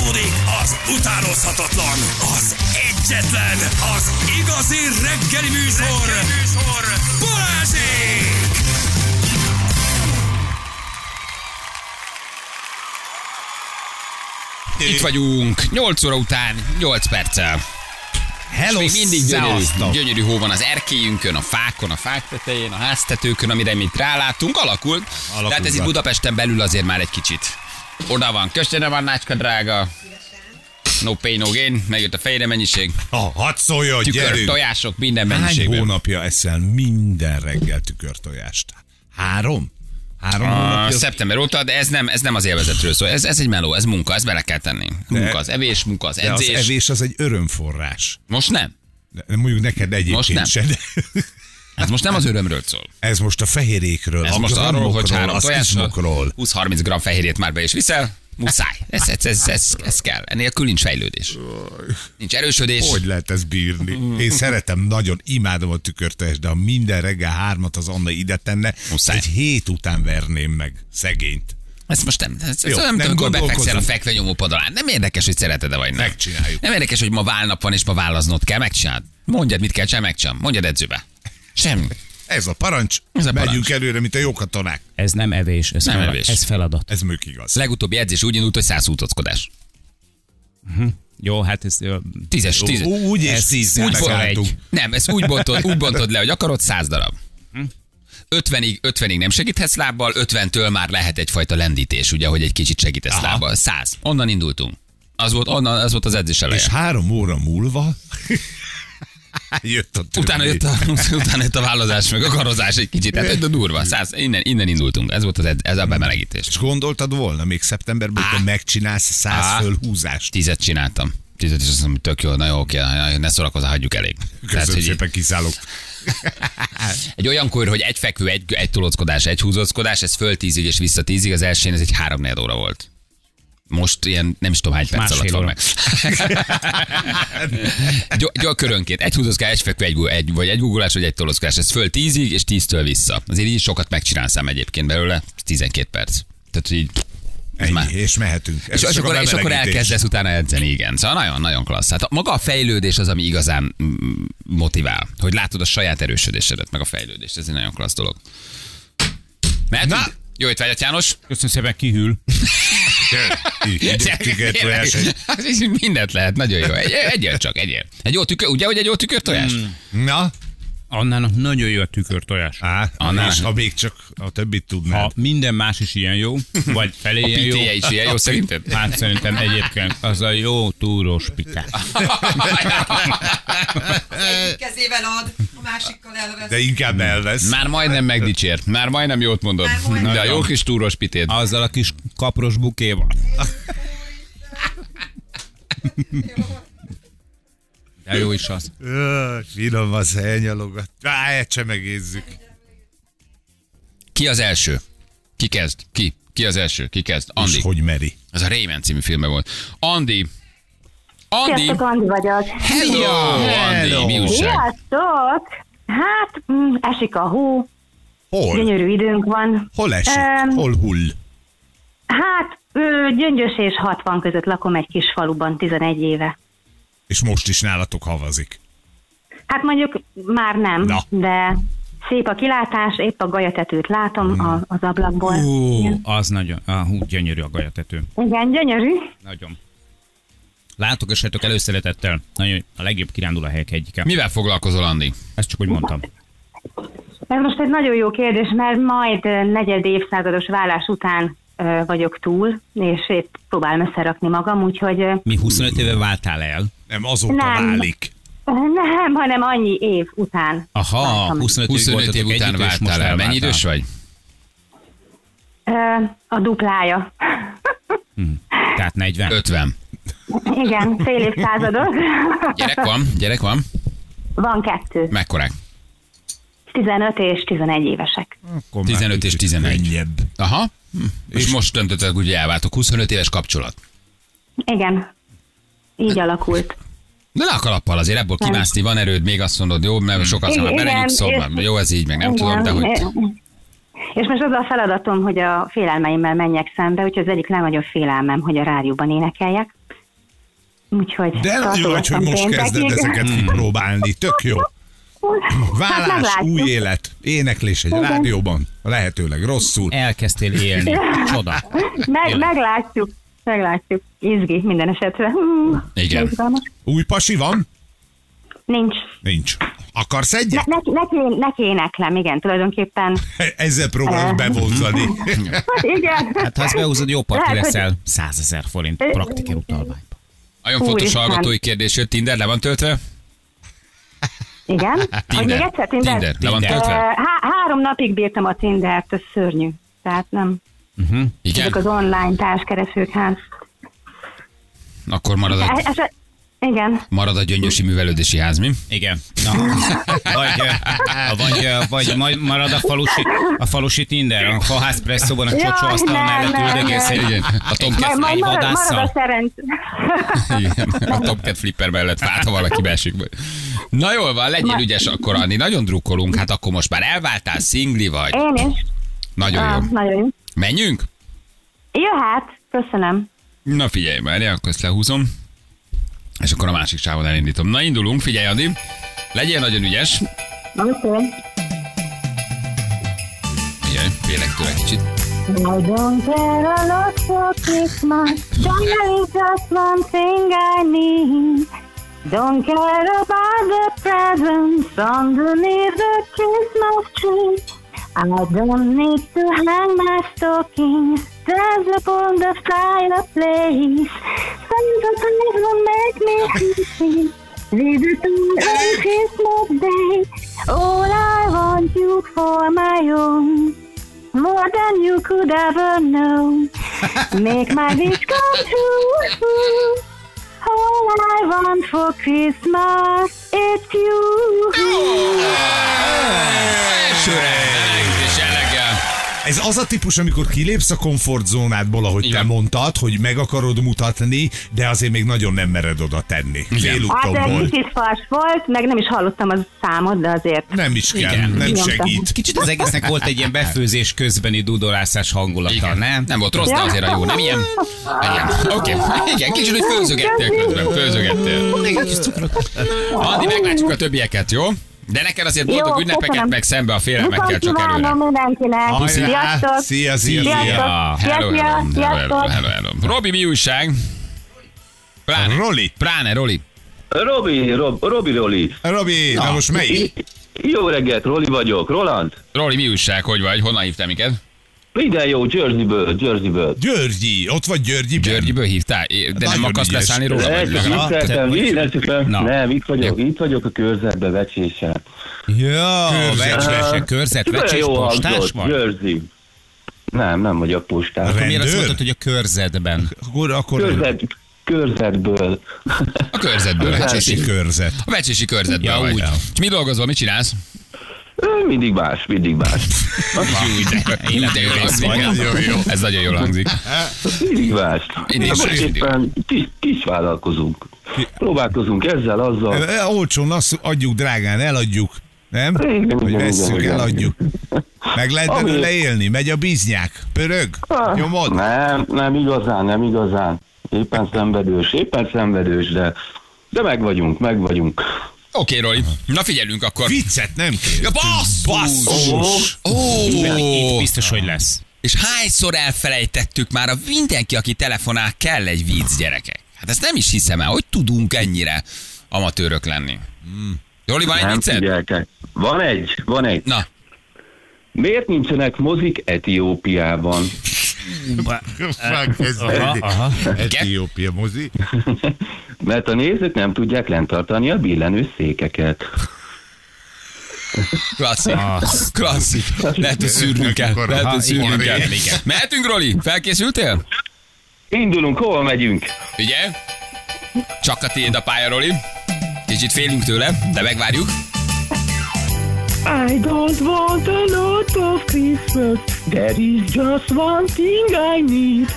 Folytatódik az utánozhatatlan, az egyetlen, az igazi reggeli műsor, Balázsék! Itt vagyunk, 8 óra után, 8 perccel. Hello, és még mindig gyönyörű hó van az erkélyünkön, a fákon, a fák tetején, a háztetőkön, amire mi rálátunk, alakult. Tehát ez itt Budapesten belül azért már egy kicsit. Oda van, köszönöm van, nácska drága. No pain, no gain, megjött a fejre mennyiség. Hadd szóljon, gyerünk! Tojások, minden mennyiségben. Hány hónapja eszel minden reggel tükörtojást? 3? 3 hónapja? Szeptember óta, de ez nem az élvezetről szól. Ez egy meló, ez munka, ezt bele kell tenni. Munka az evés, munka az edzés. De az evés az egy örömforrás. Most nem. De mondjuk neked egyébként sem. Ez most nem az örömről szól. Ez most a fehérékről. Ez most arról, hogy 3 tojásról, 20-30 g fehérjét már be is viszel. Muszáj. Ez kell. Enélkül nincs fejlődés. Nincs erősödés. Hogy lehet ezt bírni? Én szeretem, nagyon imádom a tükörtojást, de ha minden reggel 3 az Anna ide tenne, muszáj. Egy hét után verném meg szegényt. Ez most nem. Ez nem tudom, amikor befekszel a fekvenyomópad alá. Nem érdekes, hogy szereted-e vagy nem. Megcsináljuk. Nem érdekes, hogy ma válnap van, és ma válaznod kell. Megcsinálod. Mondjad, mit kell csinálni, megcsinálom. Mondjad edzőbe. Semmi. Ez a parancs. Megyünk előre, mint a jó katonák. Ez nem evés, ez, nem evés. Ez feladat. Ez műk igaz. Legutóbbi edzés úgy indult, hogy 100 útockodás. Jó, hát ez... 10-es. Úgy és 10 Nem, ezt úgy bontod le, hogy akarod 100 darab. 50-ig nem segíthetsz lábbal, 50-től már lehet egyfajta lendítés, ugye, hogy egy kicsit segítesz lábbal. 100. Onnan indultunk. Az volt az edzés eleje. És 3 óra múlva... Utána jött a vállazás, meg a karozás egy kicsit. Tehát durva. 100, innen indultunk. Ez volt ez a bemelegítés. És gondoltad volna, még szeptemberben, hogy megcsinálsz 100 fölhúzást? 10 csináltam. 10 és azt mondom, hogy tök jó, na jó, oké, ne szórakozz, hagyjuk elég. Köszönöm szépen, kiszállok. Egy olyankor, hogy egy fekvő, egy tolóckodás, egy húzóckodás, ez föl 10-ig és vissza 10-ig, az elsőn ez egy 3-4 óra volt. Most ilyen nem is tudom hány perc alatt van meg. Körönként. Egy húzózkás, egy fekvő, vagy egy guggolás, vagy egy tolózkodás. Ez föl 10-ig, és 10-től vissza. Azért így sokat megcsinálsz egyébként belőle. 12 perc. Tehát így... Ennyi, és mehetünk. És akkor elkezdesz utána edzeni, igen. Szóval nagyon-nagyon klassz. Hát maga a fejlődés az, ami igazán motivál. Hogy látod a saját erősödésedet, meg a fejlődést. Ez egy nagyon klassz dolog. Mehetünk? Jó étvágyat, János! Köszönöm szépen, kihűl. Mindent lehet, nagyon jó. Egyél csak. Egy jó tükör, ugye, hogy egy jó tükörtojás? Na? Annának nagyon jó a tükörtojás. És ha még csak a többit tudnád. Ha minden más is ilyen jó, vagy felé ilyen jó. A is ilyen jó szerinted? Hát szerintem egyébként az a jó túrós pite. Egyik kezével ad, a másikkal elvesz. De inkább elvesz. Már majdnem megdicsért. Már majdnem jót mondod. De a jó kis túros pitéd. Azzal a kis kapros bukéval. De jó is az. Finom az elnyalogat. Se megézzük. Ki az első? Ki kezd? Ki az első? Ki kezd? Andi. És hogy meri? Ez a Rayman című filmben volt. Andi. Sziasztok, Andi vagyok. Hello, Andi. Mi újság? Sziasztok. Hát, esik a hó. Hol? Gyönyörű időnk van. Hol esik? Hol hull? Hát, Gyöngyös és 60 között lakom egy kis faluban 11 éve. És most is nálatok havazik? Hát mondjuk már nem, de szép a kilátás, épp a galyatetőt látom az ablakból. Az nagyon, gyönyörű a galyatető. Igen, gyönyörű. Nagyon. Látogassátok előszeretettel, nagyon a legjobb kirándulóhelyek egyike. Mivel foglalkozol, Andi? Ezt csak úgy mondtam. Ez most egy nagyon jó kérdés, mert majd negyed évszázados vállás után vagyok túl, és épp próbálom összerakni magam, úgyhogy... Mi 25 éve váltál el? Nem, azóta válik. Nem, hanem annyi év után. Aha, 25 év után váltál el. Mennyi idős vagy? A duplája. Tehát 40? 50. Igen, fél évszázados. Gyerek van? Van 2. Mekkorák? 15 és 11 évesek. 15 és 11. Aha. És most döntöttek, ugye elváltok. 25 éves kapcsolat. Igen. Így alakult. De le a kalappal azért ebből kimászni, van erőd, még azt mondod, jó, mert sokat már belenyugszol, jó, ez így, meg nem tudom, de hogy... És most az a feladatom, hogy a félelmeimmel menjek szembe, úgyhogy az egyik legnagyobb félelmem, hogy a rádióban énekeljek, Úgyhogy De nagyon nagy, hogy most kezded ezeket kipróbálni. Tök jó. Vállás, meglátjuk. új élet, éneklés egy rádióban, lehetőleg rosszul. Elkezdtél élni. Csoda. Meglátjuk. Izgi minden esetre. Igen. izgalmas. Új pasi van? Nincs. Akarsz egyet? Neki éneklem, igen, tulajdonképpen. Ezzel próbálok bevonzani. Igen. Hát ha ezt behúzod, jó parti Lehet, hogy- leszel. 100 000 forint praktiker utalványba. Nagyon fontos Úristen. hallgatói kérdés jött. Tinder le van töltve? Igen. Hogy még egyszer Tinder. Le van Tinder. töltve? 3 napig bírtam a Tindert, ez szörnyű. Tehát nem. Igen? Ezek az online társkeresők, hát. Akkor Igen. marad a Gyöngyösi Művelődési Ház, mi? Igen. Na. Vagy marad a falusi Tinder, a faház presszóban, a csocsó asztalon mellett üldögélsz egy A Tomcat Majd egy marad vadásszal. a szerenc. Igen, a Tomcat flipper mellett fát, ha valaki beesik. Na jól van, legyél ügyes akkor, Anni. Nagyon drukkolunk, hát akkor most már elváltál, szingli vagy. Én is. Nagyon jó. Nagyon jó. Menjünk? Jöhet, köszönöm. Na figyelj már, akkor ezt lehúzom. És akkor a másik sávon elindítom. Na indulunk, figyelj Andi. Legyél nagyon ügyes. Okay. Figyelj, félek tőle kicsit. I don't care a lot for Christmas. There is just one thing I need. Don't care about the presents underneath the Christmas tree. I don't need to hang my stockings just upon the fireplace. Santa Claus will make me happy. With a toy on Christmas Day. All I want you for my own. More than you could ever know. Make my wish come true. All I want for Christmas, it's you. És eleggel. Ez az a típus, amikor kilépsz a komfortzónádból, ahogy Igen. te mondtad, hogy meg akarod mutatni, de azért még nagyon nem mered oda tenni. Hát Félúton egy volt. kicsit fals volt, meg nem is hallottam az számot, de azért. Nem is kell, Igen. nem Igen. segít. Kicsit az egésznek volt egy ilyen befőzés közbeni dudolászás hangulata, Igen. nem? Nem volt rossz, de azért a jó, nem ilyen? Igen. Oké. Igen, kicsit, hogy főzögettél közben, főzögettél. Andi, meglátjuk a többieket, jó? De neked azért boldog Jó, ünnepeket, köszönöm. meg szembe a félelmekkel csak előre. Kívánom mindenkinek. Hajrá! Sziasztok! Szia, szia, Sziasztok! szia! Hello, hello, Sziasztok! hello, hello. Robi, mi újság? Roli. Pláne, Roli. Robi. Robi, na most melyik? Jó reggelt, Roli vagyok. Roland? Roli, mi újság, hogy vagy? Honnan hívtál minket? Minden jó, Jerseyből. Györgyi, ott vagy Györgyiben. Györgyiből hívtál? De nem Nagyon akarsz ügyes. leszállni róla? Vagy legalább? Nem, itt vagyok a körzetbe vecsésen. Ja, körzet, vecsés, Jó postás hangzott, vagy? Jersey. Nem vagyok postás. Rendőr? Miért azt mondtad, hogy a körzetben? Akkor Körzetből. A körzetből. Vecsési körzet. A vecsési körzetből Ja, vagy. úgy. És mi dolgozol, mit csinálsz? Mindig más. Jó, de jól hangzik. Ez nagyon jól hangzik. Mindig más. Mindig más, Most mindig. éppen kis vállalkozunk. Próbálkozunk ezzel, azzal. Olcsón azt adjuk, drágán eladjuk. Nem? Igen, Hogy igen, vesszük, igen. eladjuk. Meg lehet Ami- belőle élni, megy a biznyák, pörög, nyomod. Nem igazán. Éppen szenvedős, de megvagyunk. Oké, Roli. Na figyelünk akkor. Viccet nem kér. Ja, basszus! Itt Ó! biztos, hogy lesz. És hányszor elfelejtettük már, a mindenki, aki telefonál, kell egy vicc, gyerekek. Hát ezt nem is hiszem el, hogy tudunk ennyire amatőrök lenni. Roli, van egy Nem vicced? figyeltek. Van egy. Na, Miért nincsenek mozik Etiópiában? Aha. Etiópia mozi. Mert a nézők nem tudják lentartani a billenő székeket. klasszik. Klasszik. Lehet, hogy szűrnünk kell. Akkor- Lehet, hogy szűrnünk igen, kell. igen. Mehetünk, Roli? Felkészültél? Indulunk, hova megyünk? Ugye? Csak a tiéd a pálya, Roli. Kicsit félünk tőle, de megvárjuk. I don't want a lot of Christmas. There is just one thing I need.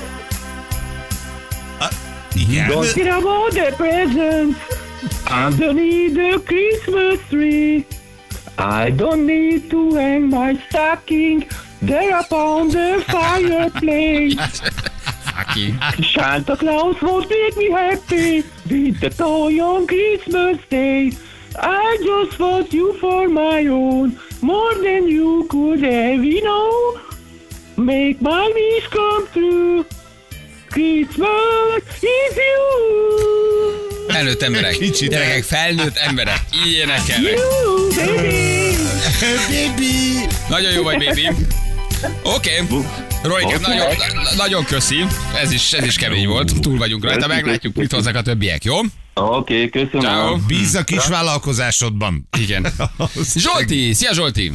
Igen. Don't care about the presents underneath the Christmas tree. I don't need to hang my stocking there upon the fireplace. Aki. Santa Claus won't make me happy with the toy on Christmas Day. I just want you for my own, more than you could ever know. Make my wish come true. Christmas is you. Felnőtt emberek, Kicsit gyerekek, felnőtt emberek, így énekelnek. You, baby. Baby! Nagyon jó vagy, baby. Oké. Rolikám, nagyon köszi. Ez is kemény volt. Túl vagyunk rajta, meglátjuk, mit hozzák a többiek, jó? Oké, köszönöm. Ciao. Bízz a kis vállalkozásodban. Igen. Zsolti, szia Zsolti!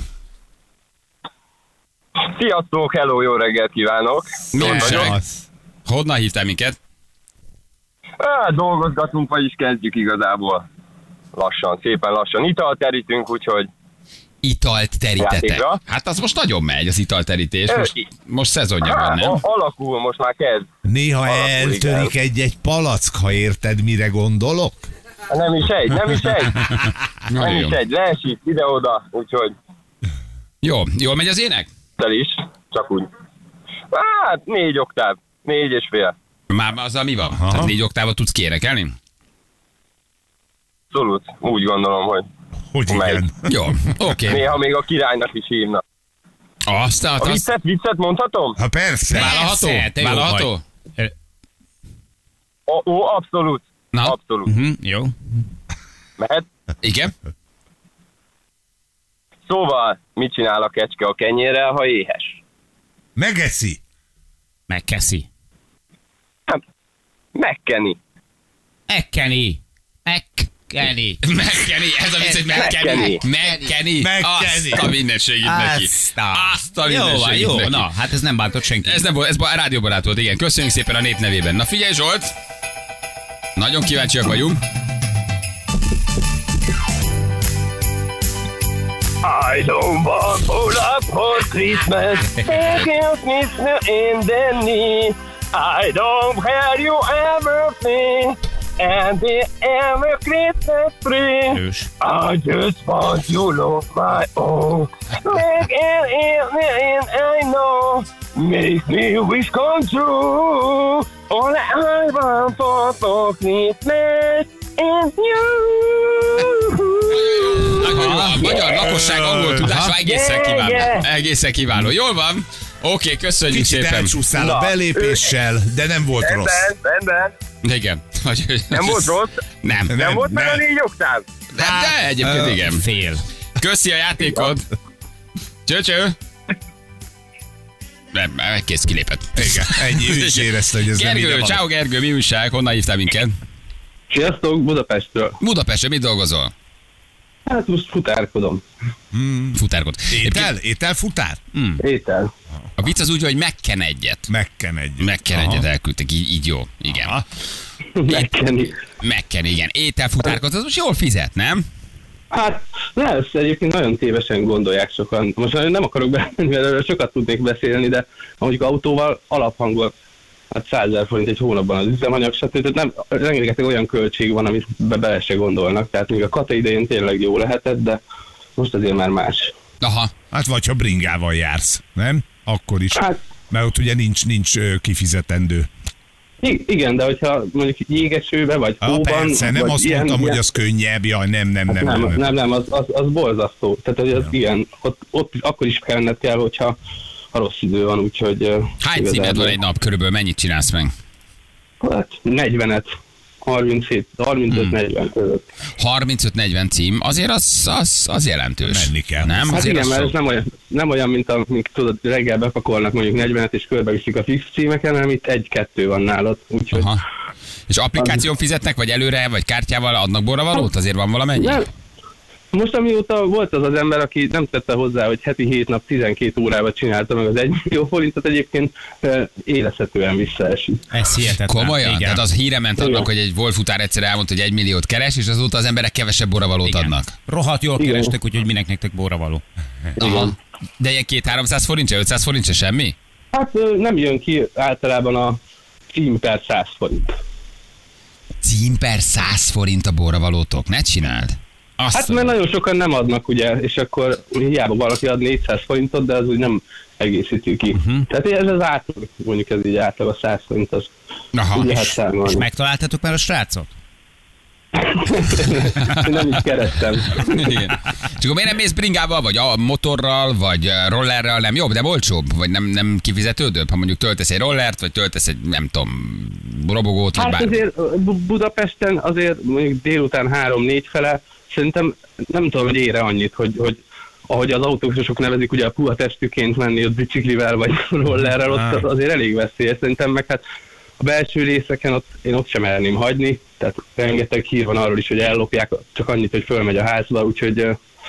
Sziasztok, hello, jó reggelt kívánok! Milyen vagyok. seg? Honnan hívtál minket? Dolgozgatunk, vagyis kezdjük igazából. Lassan, szépen lassan. Italt terítünk, úgyhogy Italt terítetek. Játékra. Hát az most nagyon megy, az italterítés. Most szezonja van, nem? alakul, most már kezd. Néha Alakul, eltörik egy palack, ha érted, mire gondolok? Nem is egy. Nagyon Nem jó. is egy, leesik ide-oda, úgyhogy Jó, jól megy az ének? el is, csak úgy. Hát 4 oktáv, 4,5. Már azzal mi van? Tehát 4 oktávot tudsz kérekelni? Abszolút, úgy gondolom, hogy Hogy Megy. igen. Jó, oké. néha még a királynak is hívnak. Azt, A viccet mondhatom? Ha persze. vállalható? Persze, te jó Vállalható? Ó, abszolút. Na. Abszolút. Jó. Mehet? Igen? Szóval, mit csinál a kecske a kenyérrel, ha éhes? Megeszi. Megkeszi. Megkeni. Megkeni. Megkeni. Megkeni, ez a vicc, hogy megkeni. Megkeni. Megkeni. Azt a mindenségét neki. Azt a Jó, van, mindenségét jó. neki. Na, hát ez nem bántott senki. Ez nem volt, ez a rádióbarát volt, igen. Köszönjük szépen a nép nevében. Na figyelj Zsolt! Nagyon kíváncsiak vagyunk. I don't want pull up for Christmas. Take me in the knee. I don't have you everything. And the ever Christmas tree. Ős. I just want you love my own. Make it, I know. Make me wish come true. All I want for Christmas is you. Nagyon jó. A magyar lakosság angol tudása egészen kiváló. yeah. Egészen kiváló. Jól van? Oké, köszönjük Kicsit szépen. elcsúszál a belépéssel, de nem volt rossz. Rendben. Igen. Nem volt rossz? Nem. Nem volt meg a 4 oktáv? De egyébként igen. Fél. Köszi a játékod. Cső. Nem, kész, kilépett. Igen, ennyi, ő is érezte, hogy ez nem ide Gergő, van. ciao Gergő, mi újság? Honnan hívtál minket? Sziasztok, Budapestről. Budapesten mit dolgozol? Hát most futárkodom. Futárkod. Étel, futár? Étel. A vicc az úgy, hogy megken egyet. Megken egy. Megken egyet elküldtek, így jó. Igen. Aha. Megkenni. Megken, igen. Ételfutárkod, az most jól fizet, nem? Hát, ezt egyébként nagyon tévesen gondolják sokan. Most nem akarok bemenni, mert erről sokat tudnék beszélni, de ha mondjuk autóval alaphangol, hát 100 000 forint egy hónapban az üzemanyag, stb. Nem, rengeteg olyan költség van, amit bele se gondolnak. Tehát még a kata idején tényleg jó lehetett, de most azért már más. Aha. Hát vagy ha bringával jársz, nem? Akkor is. Hát, Mert ott ugye nincs kifizetendő. igen, de hogyha mondjuk jégesőbe, vagy hóban... Persze, nem vagy azt mondtam, hogy az könnyebb, jaj, nem. Az borzasztó. Tehát, hogy az igen, ott akkor is kellenned kell, hogyha rossz idő van, úgyhogy... Hány igazából- címed van egy nap körülbelül? Mennyit csinálsz meg? Hát 40-et, 35-40 között. 35-40 cím, azért az jelentős. Menni kell. Nem? Hát Azért igen, az mert sok. ez nem olyan, mint amik tudod, reggel bepakolnak mondjuk 40-et és körbeviszik a fix címeken, hanem itt 1-2 van nálad, úgyhogy... Aha. És applikáción fizetnek, vagy előre, vagy kártyával adnak borravalót? Azért van valamennyi? Nem. Most amióta volt az ember, aki nem tette hozzá, hogy heti 7 nap 12 órában csinálta meg az 1 millió forintot, egyébként érezhetően visszaesik. Ez hihetetlen. Komolyan? Igen. Tehát az híre ment annak, Igen. hogy egy Volt futár egyszer elmondta, hogy 1 milliót keres, és azóta az emberek kevesebb borravalót Igen. adnak. Rohadt jól Igen. kerestek, úgyhogy minek nektek borravaló. Aha. De ilyen 200-300 forint se, 500 forint se semmi? Hát nem jön ki általában a cím per 100 forint. Cím per 100 forint a borravalótok, ne csináld. Azt Hát mert nagyon sokan nem adnak, ugye, és akkor hiába valaki ad 400 forintot, de az úgy nem egészíti ki. Tehát ez az átlag, mondjuk ez így átlag a 100 forint, az Aha. úgy lehet És számolni. megtaláltatok már a srácot? Én nem is kerestem. Igen. És akkor miért nem mész bringával, vagy a motorral, vagy rollerrel, nem jobb, de olcsóbb? Vagy nem kifizetődőbb, ha mondjuk töltesz egy rollert, vagy töltesz egy, nem tudom, robogót, vagy Hát bármi? azért Budapesten azért mondjuk délután 3-4 fele, szerintem nem tudom, hogy ére annyit, hogy ahogy az autósok nevezik, ugye a puha testűként menni ott biciklivel vagy rollerrel, ott azért elég veszélyes. Szerintem meg hát a belső részeken én ott sem merném hagyni, tehát rengeteg hír van arról is, hogy ellopják, csak annyit, hogy fölmegy a házba, úgyhogy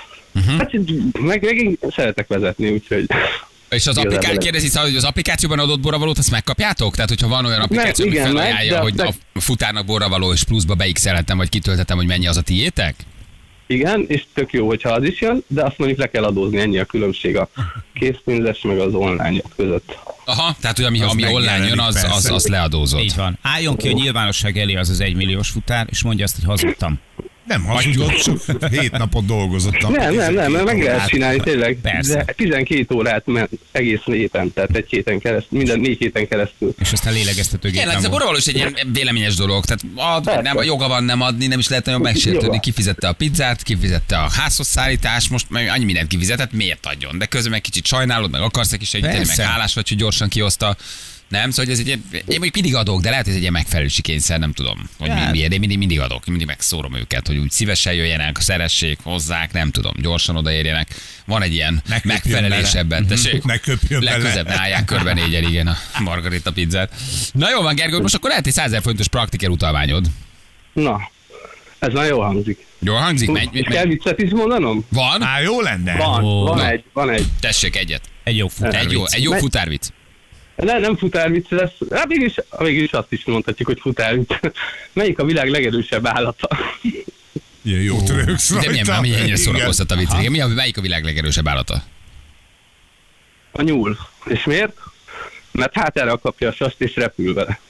hát, meg én szeretek vezetni, úgyhogy... És az kérdezi, hogy az applikációban adott borravalót, azt megkapjátok? Tehát, hogyha van olyan applikáció, ami felajánlja, hogy a futárnak borravaló és pluszba beixelhetem, vagy kitöltetem, hogy mennyi az a tiétek? Igen, és tök jó, hogyha az is jön, de azt mondjuk le kell adózni, ennyi a különbség a készpénzes meg az online között. Aha, tehát hogy ami online jön, az leadózott. Így van. Álljon ki a nyilvánosság elé az 1 milliós futár, és mondja azt, hogy hazudtam. Nem hazudott, csak 7 napot dolgozottam. Nem, meg lehet csinálni tényleg. Persze. De 12 órát egész héten, tehát egy héten keresztül, minden 4 héten keresztül. És aztán lélegeztetőgépen Igen, ez a borravaló is egy ilyen véleményes dolog. Tehát nem, joga van nem adni, nem is lehet nagyon megsértődni. Kifizette a pizzát, kifizette a házhoz szállítást, most meg annyi mindent kifizetett, miért adjon? De közben meg kicsit sajnálod, meg akarsz egy kis segíteni, meg hálás vagy, hogy gyorsan kihozta. Nem, szóval ez én mondjuk mindig adok, de lehet, hogy ez egy ilyen megfelelési kényszer, nem tudom, hogy miért. Én mindig adok, mindig megszórom őket, hogy úgy szívesen jöjjenek, szeressék, hozzák, nem tudom, gyorsan odaérjenek. Van egy ilyen megfelelés ebben, tessék. Legközebb ne állják körben 4-en, igen, a margarita pizzát. Na jó van, Gergő, most akkor lehet egy 100 000 forintos praktiker utalványod. Na, ez már jól hangzik. Jól hangzik? Kell viccet is mondanom? Van? Jó lenne. Van egy. Tessék egyet. Egy jó futárvic. Egy jó futárvic. Nem futárvic lesz, hát mégis azt is mondhatjuk, hogy futárvic. Melyik a világ legerősebb állata? Ilyen jó töröksz rajta. De milyen ennyire szórakoztat a vicc. Melyik a világ legerősebb állata? A nyúl. És miért? Mert hátára kapja a sast és repül vele.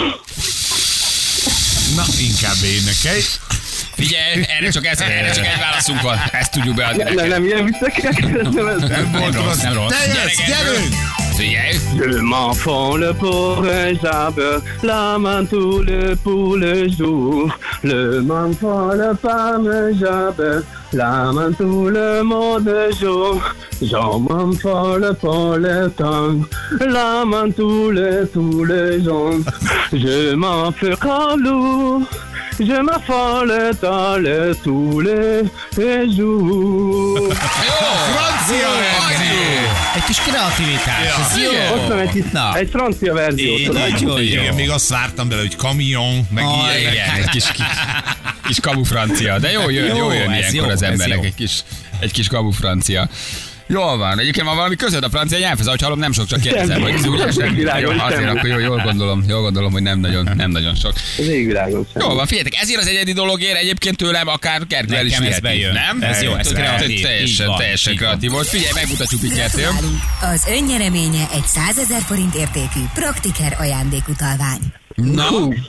Na, inkább énekelj. Figyelj, erre csak egy válaszunk van. Ezt tudjuk beadni. Nem ilyen vicceket. Nem rossz. Gyerünk! Figyelj! Je m'enfonds le pour un jabber, la mantoule pour le jour. Le m'enfonds le pomme jabber, la mantoule mot de jour. J'en m'enfonds le pour le temps, la mantoule tous les jours. Je m'en fais calou. Je m'affole dans le tous les jours. Francia verzió! Egy kis kreativitás. Ez jó. Ott egy francia verzió. Nagyon jó. Igen, még azt vártam bele, hogy kamion, meg ilyen. Igen, egy kis kamu francia. De jó jön ilyenkor az embernek egy kis kamu francia. Jól van. Egyébként van valami közöd a francia nyelvhez, ahogy hallom, nem sok, csak kérdezem, hogy azért akkor jól gondolom, hogy nem nagyon sok. Az égvilágon sem. Jól van, figyeljetek, ezért az egyedi dologért egyébként tőlem akár Gergő el is viheti, nem? Ez jó, ez kreatív. Teljesen kreatív volt. Figyelj, megmutatjuk Pikertől. Az önnyereménye egy 100 000 forint értékű Praktiker ajándékutalvány. Na?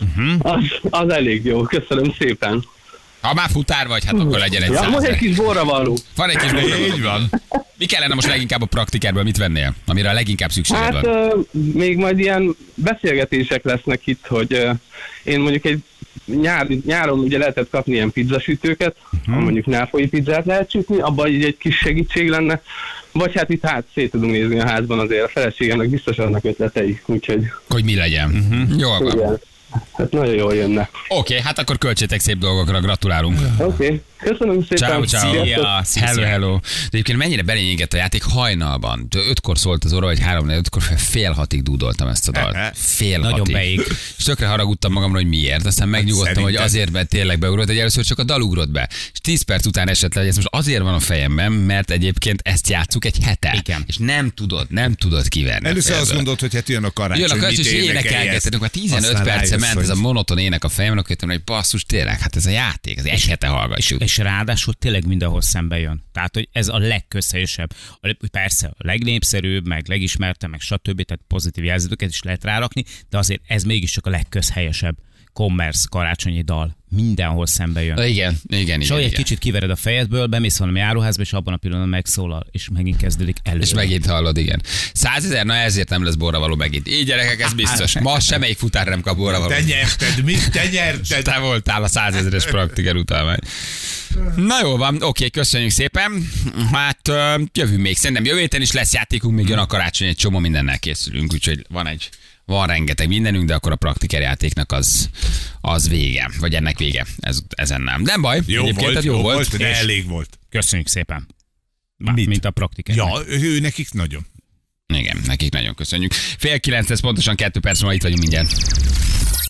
Az elég jó, köszönöm szépen. Ha már futár vagy, hát akkor legyen egy 100 000. Van egy kis borravaló. Van egy kis borravaló. Így van. Mi kellene most leginkább a Praktikerből, mit vennél? Amire a leginkább szükséged van? Hát még majd ilyen beszélgetések lesznek itt, hogy én mondjuk egy nyáron ugye lehetett kapni ilyen pizzasütőket, ha mondjuk nápolyi pizzát lehet sütni, abban így egy kis segítség lenne. Vagy hát itt szét tudunk nézni a házban, azért a feleségemnek biztos annak ötletei, úgyhogy... Hogy mi legyen. Jól van. Igen. Hát nagyon jól jönne. Oké, hát akkor költsétek szép dolgokra, gratulálunk. Oké, köszönöm szépen. Ciao. Hello. De egyébként mennyire belényégett a játék hajnalban. 5-kor szólt az óra, vagy 3-4-5-kor fél 6-ig dúdoltam ezt a dalt. Fél 6-ig. Nagyon beég. És tökre haragudtam magamra, hogy miért. Aztán megnyugodtam, hogy azért, mert tényleg beugrott, hogy először csak a dal ugrott be. És 10 perc után esett le, hogy ez most azért van a fejemben, mert egyébként ezt játsszuk egy hete. Igen. És nem tudod kiverni. Először azt mondod, hogy hát jön a karácsony, és énekelgetünk, már 15 perce ment ez a monoton ének a fejemben, akkor jöttem, hogy basszus, tényleg, hát ez a játék, az egy hete hallgassuk. És ráadásul tényleg mindenhol szembe jön. Tehát, hogy ez a legközhelyesebb. Persze a legnépszerűbb, meg legismertebb, meg stb. Tehát pozitív jelzőket is lehet rárakni, de azért ez mégiscsak a legközhelyesebb commerce karácsonyi dal mindenhol szembe jön. Igen. És ahogy egy kicsit kivered a fejedből, bemész valami áruházba, és abban a pillanatban megszólal, és megint kezdődik elő. És megint hallod, igen. 100 000, na ezért nem lesz borravaló megint. Így gyerekek, ez biztos. Ma semmelyik futár nem kap borravaló. Te nyerted, mit? Te nyerted. Te voltál a 100 000-es praktiker utálmány. Na jó van, oké, köszönjük szépen. Hát jövünk még. Szerintem jövő héten is lesz játékunk, még jön a karácsony, egy csomó mindennel készülünk, úgyhogy van rengeteg mindenünk, de akkor a praktiker játéknak az vége. Vagy ennek vége. Ezen nem. Nem baj. Jó volt, de elég volt. Köszönjük szépen. Mint a praktiker. Ja, ő nekik nagyon. Igen, nekik nagyon köszönjük. 8:30 pontosan 2 perc múlva itt vagyunk mindjárt.